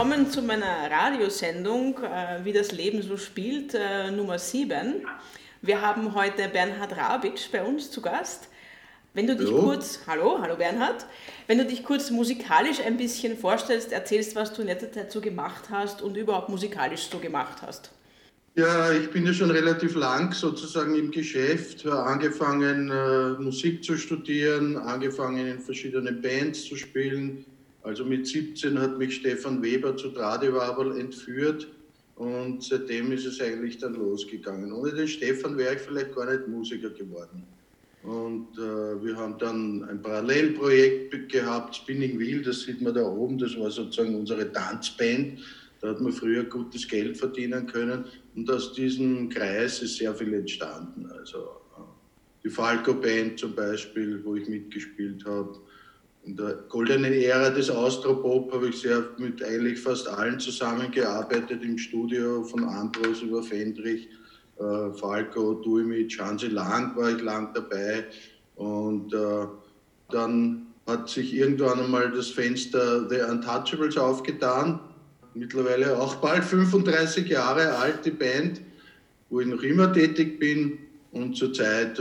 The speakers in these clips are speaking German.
willkommen zu meiner Radiosendung, wie das Leben so spielt, Nummer 7. Wir haben heute Bernhard Rawitsch bei uns zu Gast. Wenn du dich hallo Bernhard, wenn du dich kurz musikalisch ein bisschen vorstellst, erzählst, was du in letzter Zeit so gemacht hast und überhaupt musikalisch so gemacht hast. Ja, ich bin ja schon relativ lang sozusagen im Geschäft, habe angefangen Musik zu studieren, angefangen in verschiedenen Bands zu spielen. Also mit 17 hat mich Stefan Weber zu Tradiwaberl entführt und seitdem ist es eigentlich dann losgegangen. Ohne den Stefan wäre ich vielleicht gar nicht Musiker geworden. Und wir haben dann ein Parallelprojekt gehabt, Spinning Wheel, das sieht man da oben, das war sozusagen unsere Tanzband. Da hat man früher gutes Geld verdienen können und aus diesem Kreis ist sehr viel entstanden. Also die Falco Band zum Beispiel, wo ich mitgespielt habe. In der goldenen Ära des Austropop habe ich sehr mit eigentlich fast allen zusammengearbeitet im Studio, von Ambros über Fendrich. Falco, Duimit, Hansi Lang war ich lang dabei und dann hat sich irgendwann einmal das Fenster The Untouchables aufgetan. Mittlerweile auch bald 35 Jahre alt, die Band, wo ich noch immer tätig bin und zurzeit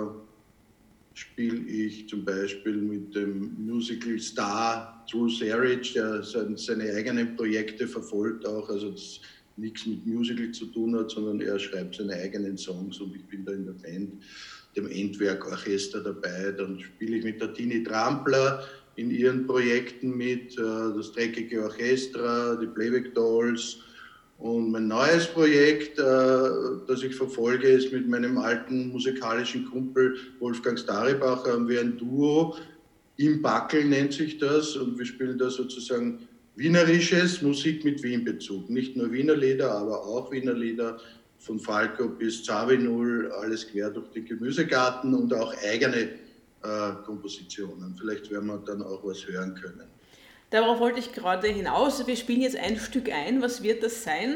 spiele ich zum Beispiel mit dem Musical Star Drew Sarich, der seine eigenen Projekte verfolgt auch, also das nichts mit Musical zu tun hat, sondern er schreibt seine eigenen Songs und ich bin da in der Band, dem Endwerk-Orchester dabei. Dann spiele ich mit der Tini Trampler in ihren Projekten mit, das Dreckige Orchestra, die Playback Dolls. Und mein neues Projekt, das ich verfolge, ist mit meinem alten musikalischen Kumpel Wolfgang Staribacher, haben wir ein Duo, Im Backel nennt sich das, und wir spielen da sozusagen wienerisches Musik mit Wien-Bezug. Nicht nur Wiener Lieder, aber auch Wiener Lieder, von Falco bis Zawinul, alles quer durch den Gemüsegarten und auch eigene Kompositionen. Vielleicht werden wir dann auch was hören können. Darauf wollte ich gerade hinaus. Wir spielen jetzt ein Stück ein. Was wird das sein?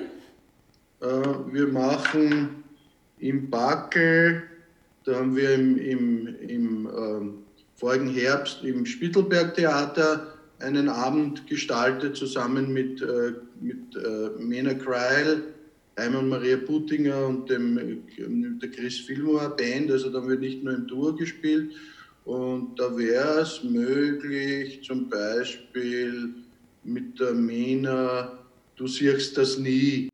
Wir machen Im Backel, da haben wir im vorigen Herbst im Spittelberg-Theater einen Abend gestaltet, zusammen mit Mena Kreil, Heimann Maria Puttinger und der Chris Fillmore Band. Also da wird nicht nur im Duo gespielt. Und da wäre es möglich, zum Beispiel mit der Mena Du siehst das nie.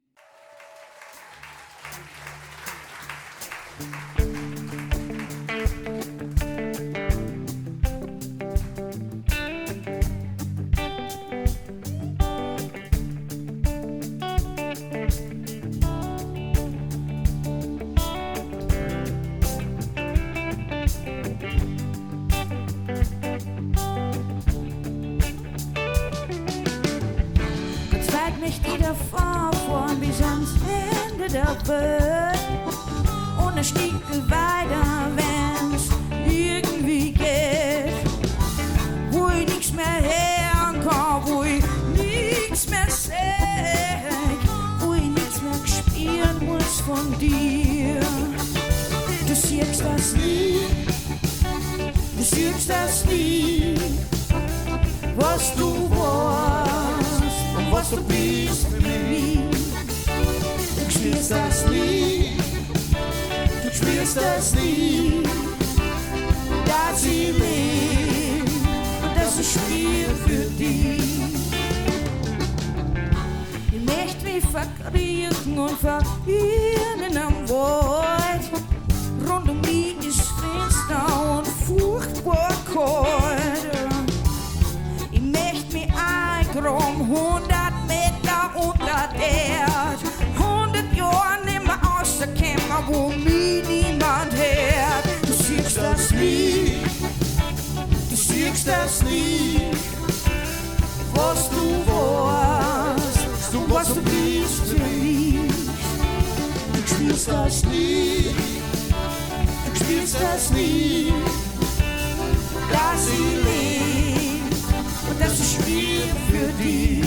Ohne Stiefel weiter, wenn's irgendwie geht. Wo ich nichts mehr herkomm, wo ich nichts mehr seh, wo ich nichts mehr spüren muss von dir. Du siehst das nie, du siehst das nie, was du warst und was du bist für mich. Du spielst das Lied, du spielst das Lied, das ich lebe und das ich spiel für dich. Ich möchte mich verkriechen und verirren am Wald. Rund um mich ist Fenster und furchtbar kalt. Ich möchte mich eingraben 100 Meter unter der Erde. Nimmer rauszukommen, wo mich niemand hört. Du siehst das Lied, du siehst das Lied, was du warst und was du bist für mich. Du spielst das Lied, du spielst das Lied, das ich lebe und das ich spiel für dich.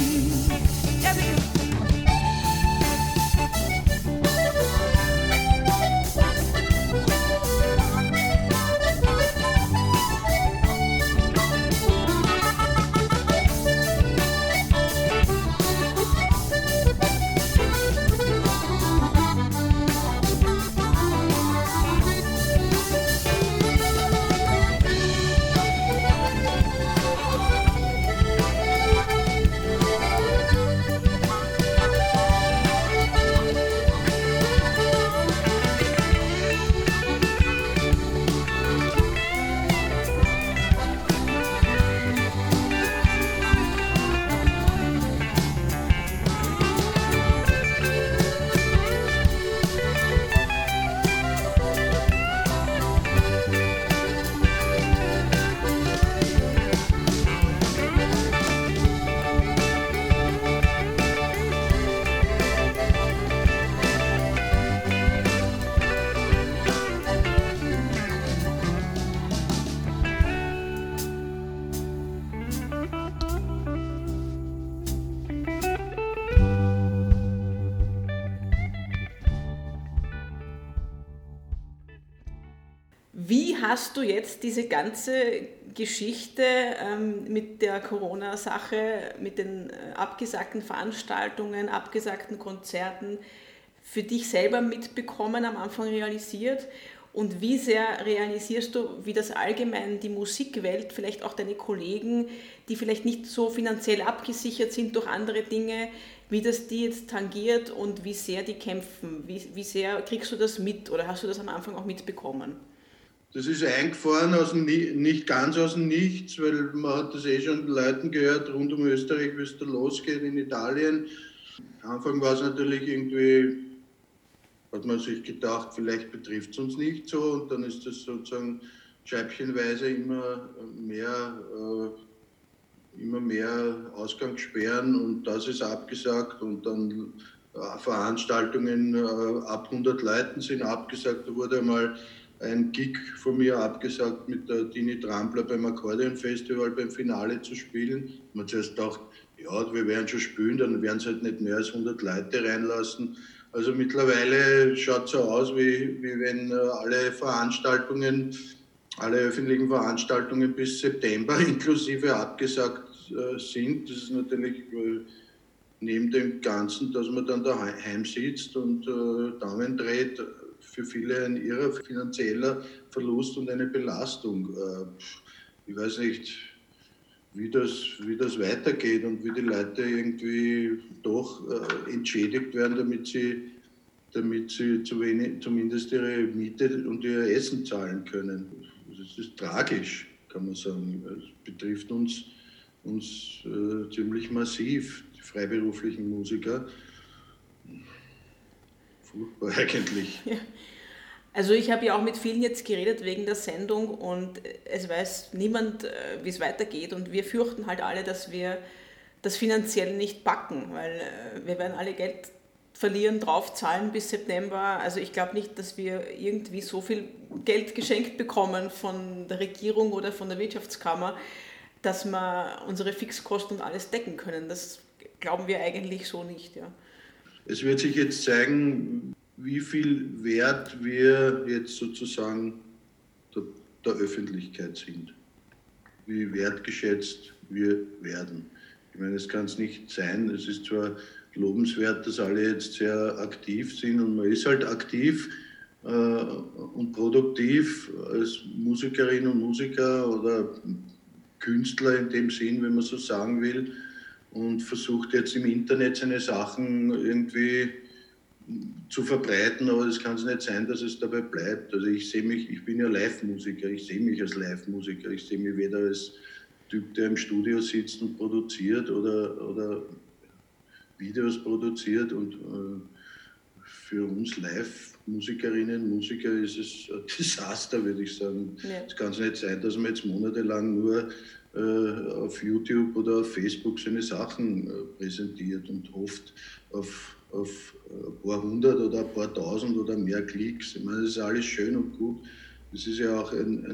Wie hast du jetzt diese ganze Geschichte mit der Corona-Sache, mit den abgesagten Veranstaltungen, abgesagten Konzerten für dich selber mitbekommen, am Anfang realisiert? Und wie sehr realisierst du, wie das allgemein die Musikwelt, vielleicht auch deine Kollegen, die vielleicht nicht so finanziell abgesichert sind durch andere Dinge, wie das die jetzt tangiert und wie sehr die kämpfen? Wie sehr kriegst du das mit oder hast du das am Anfang auch mitbekommen? Das ist eingefahren nicht ganz aus dem Nichts, weil man hat das schon den Leuten gehört, rund um Österreich, wie es da losgeht in Italien. Am Anfang war es natürlich irgendwie, hat man sich gedacht, vielleicht betrifft es uns nicht so, und dann ist das sozusagen scheibchenweise immer mehr Ausgangssperren, und das ist abgesagt, und dann Veranstaltungen ab 100 Leuten sind abgesagt. Da wurde einmal ein Gig von mir abgesagt, mit der Tini Trampler beim Akkordeonfestival beim Finale zu spielen. Man hat zuerst gedacht, ja, wir werden schon spielen, dann werden sie halt nicht mehr als 100 Leute reinlassen. Also mittlerweile schaut es so aus, wie wenn alle öffentlichen Veranstaltungen bis September inklusive abgesagt sind. Das ist natürlich neben dem Ganzen, dass man dann daheim sitzt und Daumen dreht, für viele ein irrer finanzieller Verlust und eine Belastung. Ich weiß nicht, wie das weitergeht und wie die Leute irgendwie doch entschädigt werden, damit sie zumindest ihre Miete und ihr Essen zahlen können. Das ist tragisch, kann man sagen. Es betrifft uns ziemlich massiv, die freiberuflichen Musiker. Furchtbar eigentlich. Ja. Also ich habe ja auch mit vielen jetzt geredet wegen der Sendung und es weiß niemand, wie es weitergeht, und wir fürchten halt alle, dass wir das finanziell nicht packen, weil wir werden alle Geld verlieren, draufzahlen bis September. Also ich glaube nicht, dass wir irgendwie so viel Geld geschenkt bekommen von der Regierung oder von der Wirtschaftskammer, dass wir unsere Fixkosten und alles decken können. Das glauben wir eigentlich so nicht. Ja. Es wird sich jetzt zeigen, wie viel wert wir jetzt sozusagen der Öffentlichkeit sind, wie wertgeschätzt wir werden. Ich meine, es kann es nicht sein, es ist zwar lobenswert, dass alle jetzt sehr aktiv sind, und man ist halt aktiv und produktiv als Musikerin und Musiker oder Künstler in dem Sinn, wenn man so sagen will, und versucht jetzt im Internet seine Sachen irgendwie zu verbreiten, aber es kann nicht sein, dass es dabei bleibt. Also ich bin ja Live-Musiker, ich sehe mich als Live-Musiker, ich sehe mich weder als Typ, der im Studio sitzt und produziert oder Videos produziert, und für uns Live-Musikerinnen und Musiker ist es ein Desaster, würde ich sagen. Ja. Es kann nicht sein, dass man jetzt monatelang nur auf YouTube oder auf Facebook seine Sachen präsentiert und hofft auf ein paar hundert oder ein paar tausend oder mehr Klicks. Ich meine, das ist alles schön und gut. Das ist ja auch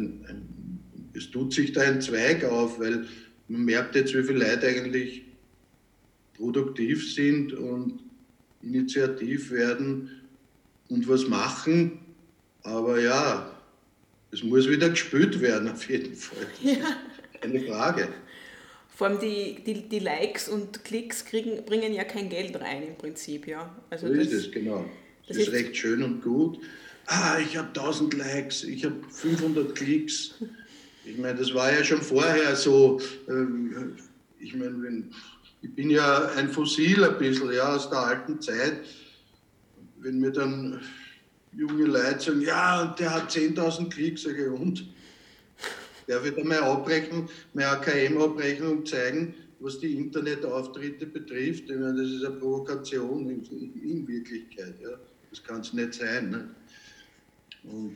es tut sich da ein Zweig auf, weil man merkt jetzt, wie viele Leute eigentlich produktiv sind und initiativ werden und was machen. Aber ja, es muss wieder gespielt werden, auf jeden Fall. Das ist keine Frage. Vor allem die Likes und Klicks bringen ja kein Geld rein im Prinzip, ja. Also so ist es, genau. Das ist recht schön und gut. Ich habe 1000 Likes, ich habe 500 Klicks. Ich meine, das war ja schon vorher so. Ich meine, ich bin ja ein Fossil ein bisschen, ja, aus der alten Zeit. Wenn mir dann junge Leute sagen, ja, und der hat 10.000 Klicks, sage ich, und? Der wird einmal meine AKM-Abrechnung zeigen, was die Internetauftritte betrifft. Ich meine, das ist eine Provokation in Wirklichkeit. Ja. Das kann es nicht sein. Ne? Und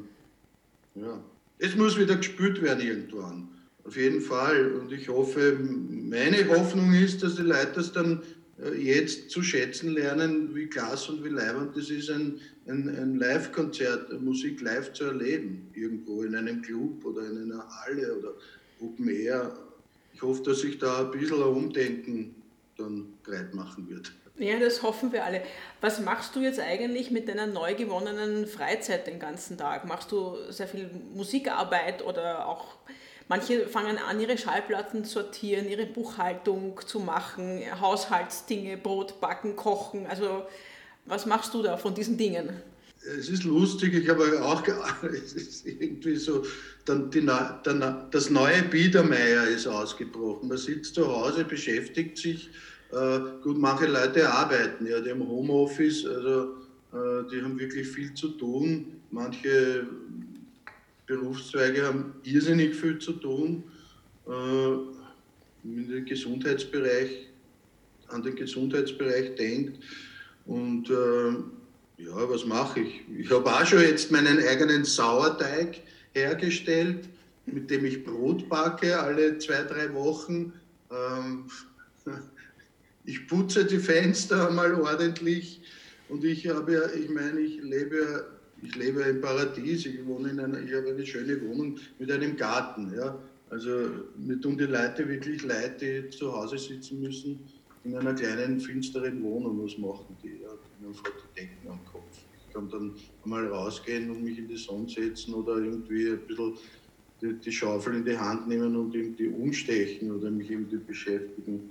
ja, es muss wieder gespielt werden irgendwann. Auf jeden Fall. Und ich hoffe, meine Hoffnung ist, dass die Leute das dann jetzt zu schätzen lernen, wie klasse und wie leibend das ist, ein Live-Konzert, Musik live zu erleben, irgendwo in einem Club oder in einer Halle oder Open Air. Ich hoffe, dass sich da ein bisschen ein Umdenken dann breit machen wird. Ja, das hoffen wir alle. Was machst du jetzt eigentlich mit deiner neu gewonnenen Freizeit den ganzen Tag? Machst du sehr viel Musikarbeit oder auch manche fangen an, ihre Schallplatten zu sortieren, ihre Buchhaltung zu machen, Haushaltsdinge, Brot backen, kochen. Also was machst du da von diesen Dingen? Es ist lustig, ich habe auch, es ist irgendwie so, das neue Biedermeier ist ausgebrochen. Man sitzt zu Hause, beschäftigt sich. Gut, manche Leute arbeiten, ja, die haben Homeoffice, also die haben wirklich viel zu tun. Manche Berufszweige haben irrsinnig viel zu tun. Wenn den Gesundheitsbereich, an den Gesundheitsbereich denkt. Und ja, was mache ich? Ich habe auch schon jetzt meinen eigenen Sauerteig hergestellt, mit dem ich Brot backe alle 2-3 Wochen. Ich putze die Fenster mal ordentlich und ich lebe im Paradies. Ich habe eine schöne Wohnung mit einem Garten. Ja. Also mir tun die Leute wirklich leid, die zu Hause sitzen müssen in einer kleinen, finsteren Wohnung. Was machen die? Ja, die haben einfach die Decken am Kopf. Ich kann dann mal rausgehen und mich in die Sonne setzen oder irgendwie ein bisschen die Schaufel in die Hand nehmen und irgendwie umstechen oder mich irgendwie beschäftigen.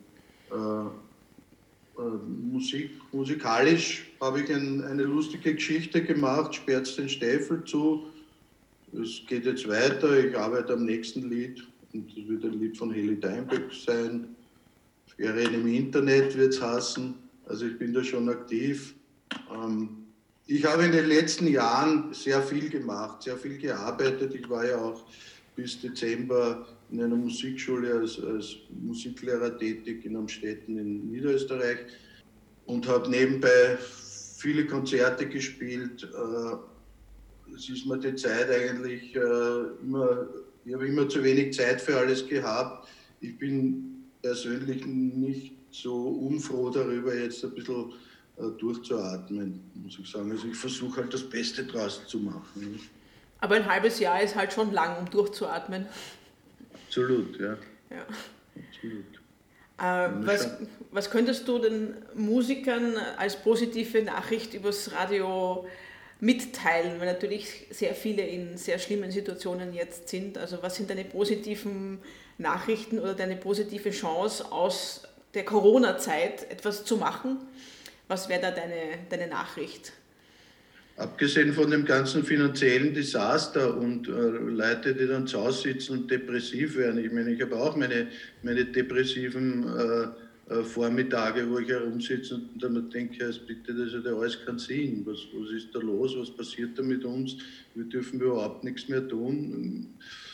Musikalisch habe ich eine lustige Geschichte gemacht, Sperrt's den Stiefel zu. Es geht jetzt weiter, ich arbeite am nächsten Lied und das wird ein Lied von Heli Deinbeck sein. Ferien im Internet wird es heißen, also ich bin da schon aktiv. Ich habe in den letzten Jahren sehr viel gemacht, sehr viel gearbeitet. Ich war ja auch bis Dezember in einer Musikschule als Musiklehrer tätig in Amstetten in Niederösterreich und habe nebenbei viele Konzerte gespielt. Es ist mir die Zeit eigentlich ich habe immer zu wenig Zeit für alles gehabt. Ich bin persönlich nicht so unfroh darüber, jetzt ein bisschen durchzuatmen, muss ich sagen. Also ich versuche halt das Beste draus zu machen. Aber ein halbes Jahr ist halt schon lang, um durchzuatmen. Absolut, ja. Absolut. Was könntest du den Musikern als positive Nachricht übers Radio mitteilen, weil natürlich sehr viele in sehr schlimmen Situationen jetzt sind? Also was sind deine positiven Nachrichten oder deine positive Chance aus der Corona-Zeit etwas zu machen? Was wäre da deine Nachricht? Abgesehen von dem ganzen finanziellen Desaster und Leute, die dann zu Hause sitzen und depressiv werden. Ich meine, ich habe auch meine depressiven Vormittage, wo ich herumsitze und dann denke, also bitte, das hat ja alles keinen Sinn. Was ist da los? Was passiert da mit uns? Wir dürfen überhaupt nichts mehr tun.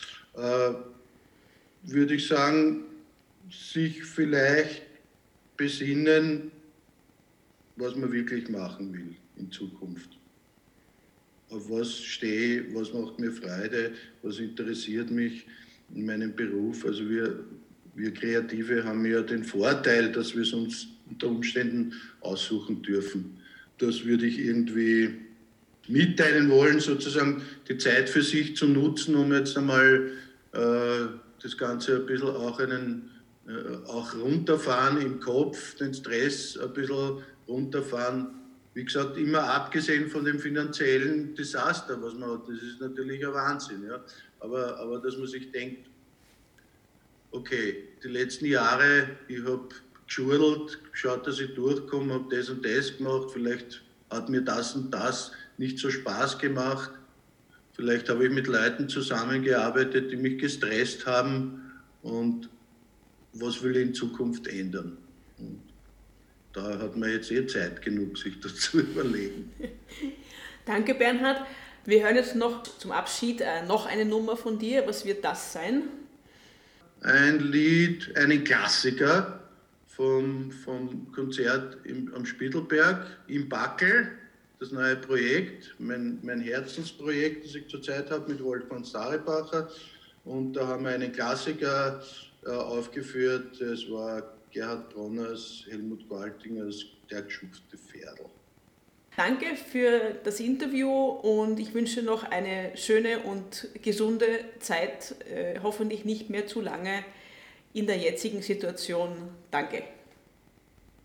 Würde ich sagen, sich vielleicht besinnen, was man wirklich machen will in Zukunft. Auf was stehe ich, was macht mir Freude, was interessiert mich in meinem Beruf. Also wir Kreative haben ja den Vorteil, dass wir es uns unter Umständen aussuchen dürfen. Das würde ich irgendwie mitteilen wollen, sozusagen die Zeit für sich zu nutzen, um jetzt einmal das Ganze ein bisschen auch runterfahren im Kopf, den Stress ein bisschen runterfahren. Wie gesagt, immer abgesehen von dem finanziellen Desaster, was man hat, das ist natürlich ein Wahnsinn. Ja? Aber dass man sich denkt, okay, die letzten Jahre, ich habe geschurdelt, geschaut, dass ich durchkomme, habe das und das gemacht, vielleicht hat mir das und das nicht so Spaß gemacht, vielleicht habe ich mit Leuten zusammengearbeitet, die mich gestresst haben und was will ich in Zukunft ändern? Und da hat man jetzt Zeit genug, sich das zu überlegen. Danke, Bernhard. Wir hören jetzt noch zum Abschied noch eine Nummer von dir. Was wird das sein? Ein Lied, einen Klassiker vom Konzert am Spittelberg im Backel, das neue Projekt, mein Herzensprojekt, das ich zurzeit habe mit Wolfgang Starebacher. Und da haben wir einen Klassiker aufgeführt. Es war Gerhard Bronners, Helmut Galtingers Der geschupfte Pferdl. Danke für das Interview und ich wünsche noch eine schöne und gesunde Zeit, hoffentlich nicht mehr zu lange in der jetzigen Situation. Danke.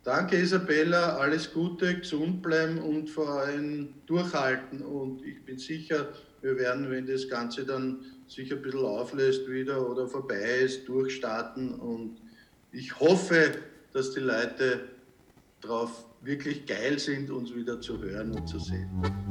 Danke Isabella, alles Gute, gesund bleiben und vor allem durchhalten. Und ich bin sicher, wir werden, wenn das Ganze dann sich ein bisschen auflöst wieder oder vorbei ist, durchstarten. Und ich hoffe, dass die Leute drauf wirklich geil sind, uns wieder zu hören und zu sehen.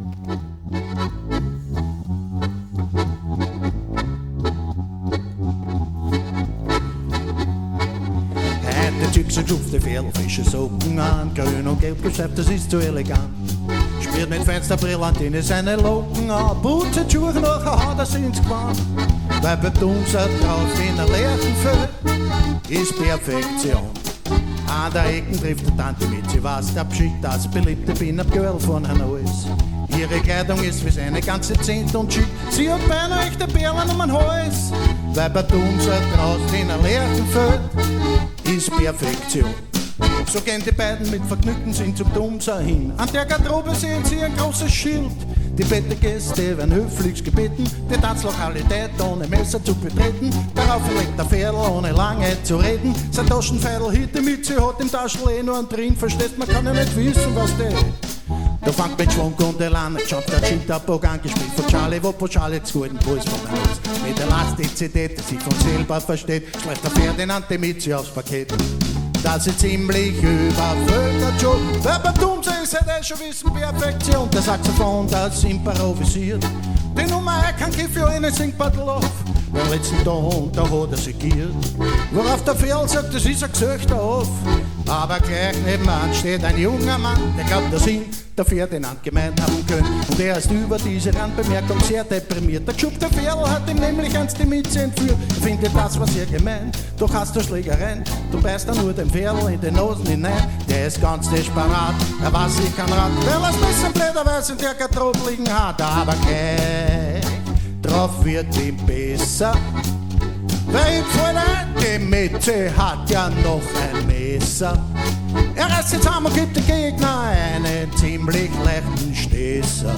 Der Typ so schufte Fellfische Socken an, grün und gelb geschäft, das ist zu elegant. Spielt mit Fensterbrillantin seine Locken an, putzt die Schuhe nachher hat er sind's gewandt. Weil bei uns draußen in der leeren Feld ist Perfektion. An der Ecken trifft die Tante mit, sie weiß, der Abschied, das beliebte Pin-Up-Girl von Hannois. Ihre Kleidung ist wie seine ganze Zehnt und schick, sie hat beinahe echte Perlen um den Hals. Weil bei uns draußen in der leeren Feld ist Perfektion. So gehen die beiden mit Vergnügen sind zum Domser hin. An der Garderobe sehen sie ein großes Schild. Die Bettegäste werden höflichst gebeten, die Tanzlokalität ohne Messer zu betreten. Darauf legt der Pferdl ohne lange zu reden. Sein Taschenfeidl hitte mit, sie hat im Taschel nur einen drin. Versteht, man kann ja nicht wissen, was der. Da fängt mit Schwung und Elan, schaut der Cheetah-Bog angespielt von Charlie, wo po Charlie zu guten Puls von der Haus. Mit Elastizität, die sich von selber versteht, schlägt der Ferdinand die Mütze aufs Paket. Das ist ziemlich übervölkert schon, weil bei Tumse ist halt schon wissen Perfektion. Der Saxophon, das improvisiert, die Nummer 1 kann Kiff für einen Singbattle auf. Beim letzten Ton, da hat er segiert, worauf der Pferd sagt, das ist ein Gesöchter auf. Aber gleich nebenan steht ein junger Mann, der glaubt, dass ihn der Ferdinand gemeint haben können. Und er ist über diese Randbemerkung sehr deprimiert. Der geschubte Pferdl hat ihm nämlich eins die Mütze entführt. Er findet das, was er gemeint, doch hast du Schlägereien. Du beißt da nur den Pferdl in den Nosen hinein. Der ist ganz desperat, er weiß, ich kann rat, weil er ein bisschen blöderweise in der Garderobe liegen hat. Aber gleich drauf wird ihm besser, weil ihm vor der Mitte hat ja noch ein Messer. Er reißt sich zusammen und gibt dem Gegner einen ziemlich leichten Stößer.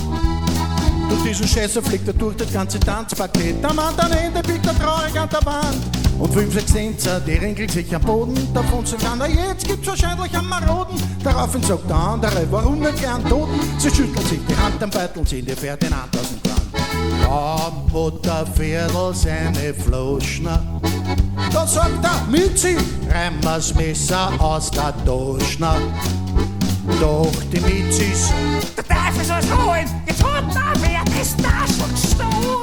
Durch diesen Schässer fliegt er durch das ganze Tanzpaket. Am anderen Ende biegt er traurig an der Wand. Und 5, 6 Tänzer, die ringeln sich am Boden. Davon sagt einer, jetzt gibt's wahrscheinlich einen Maroden. Daraufhin sagt der andere, warum nicht gern Toten? Sie schütteln sich die Hand am Beutel und ziehen die Ferdinand aus dem Plan. Da Mutter Pferdl seine Floschner. Da sagt der Mützi, reim das Messer aus der Taschner. Doch die Mützis, der Teufel soll's holen, jetzt hat da wer das Taschel gestohlen.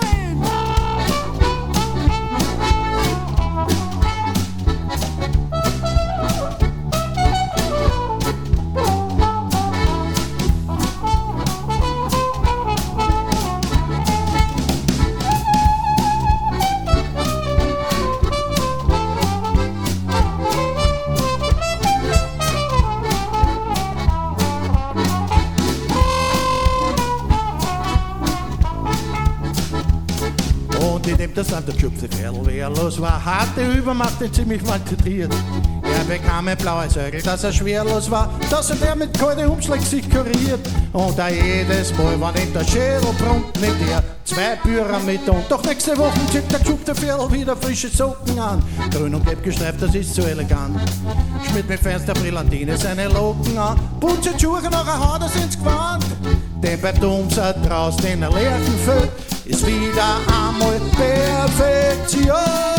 das an der geschöpfte Pferdl wehrlos war, harte Übermacht ihn ziemlich malträtiert. Er bekam ein blaues Äugel, dass er schwerlos war, dass er mit kalten Umschlag sich kuriert. Und auch jedes Mal, wenn ihm der Schädel brummt, nimmt er 2 Bücher mit und doch nächste Woche zieht der geschöpfte Pferdl wieder frische Socken an. Grün und gelb gestreift, das ist so elegant. Schmidt mit feinster Brillantine seine Locken an, putzt die Schuhe nachher haut er ins Gewand. Denn bleibt uns draußen in der leeren Feld, ist wieder einmal Perfektion.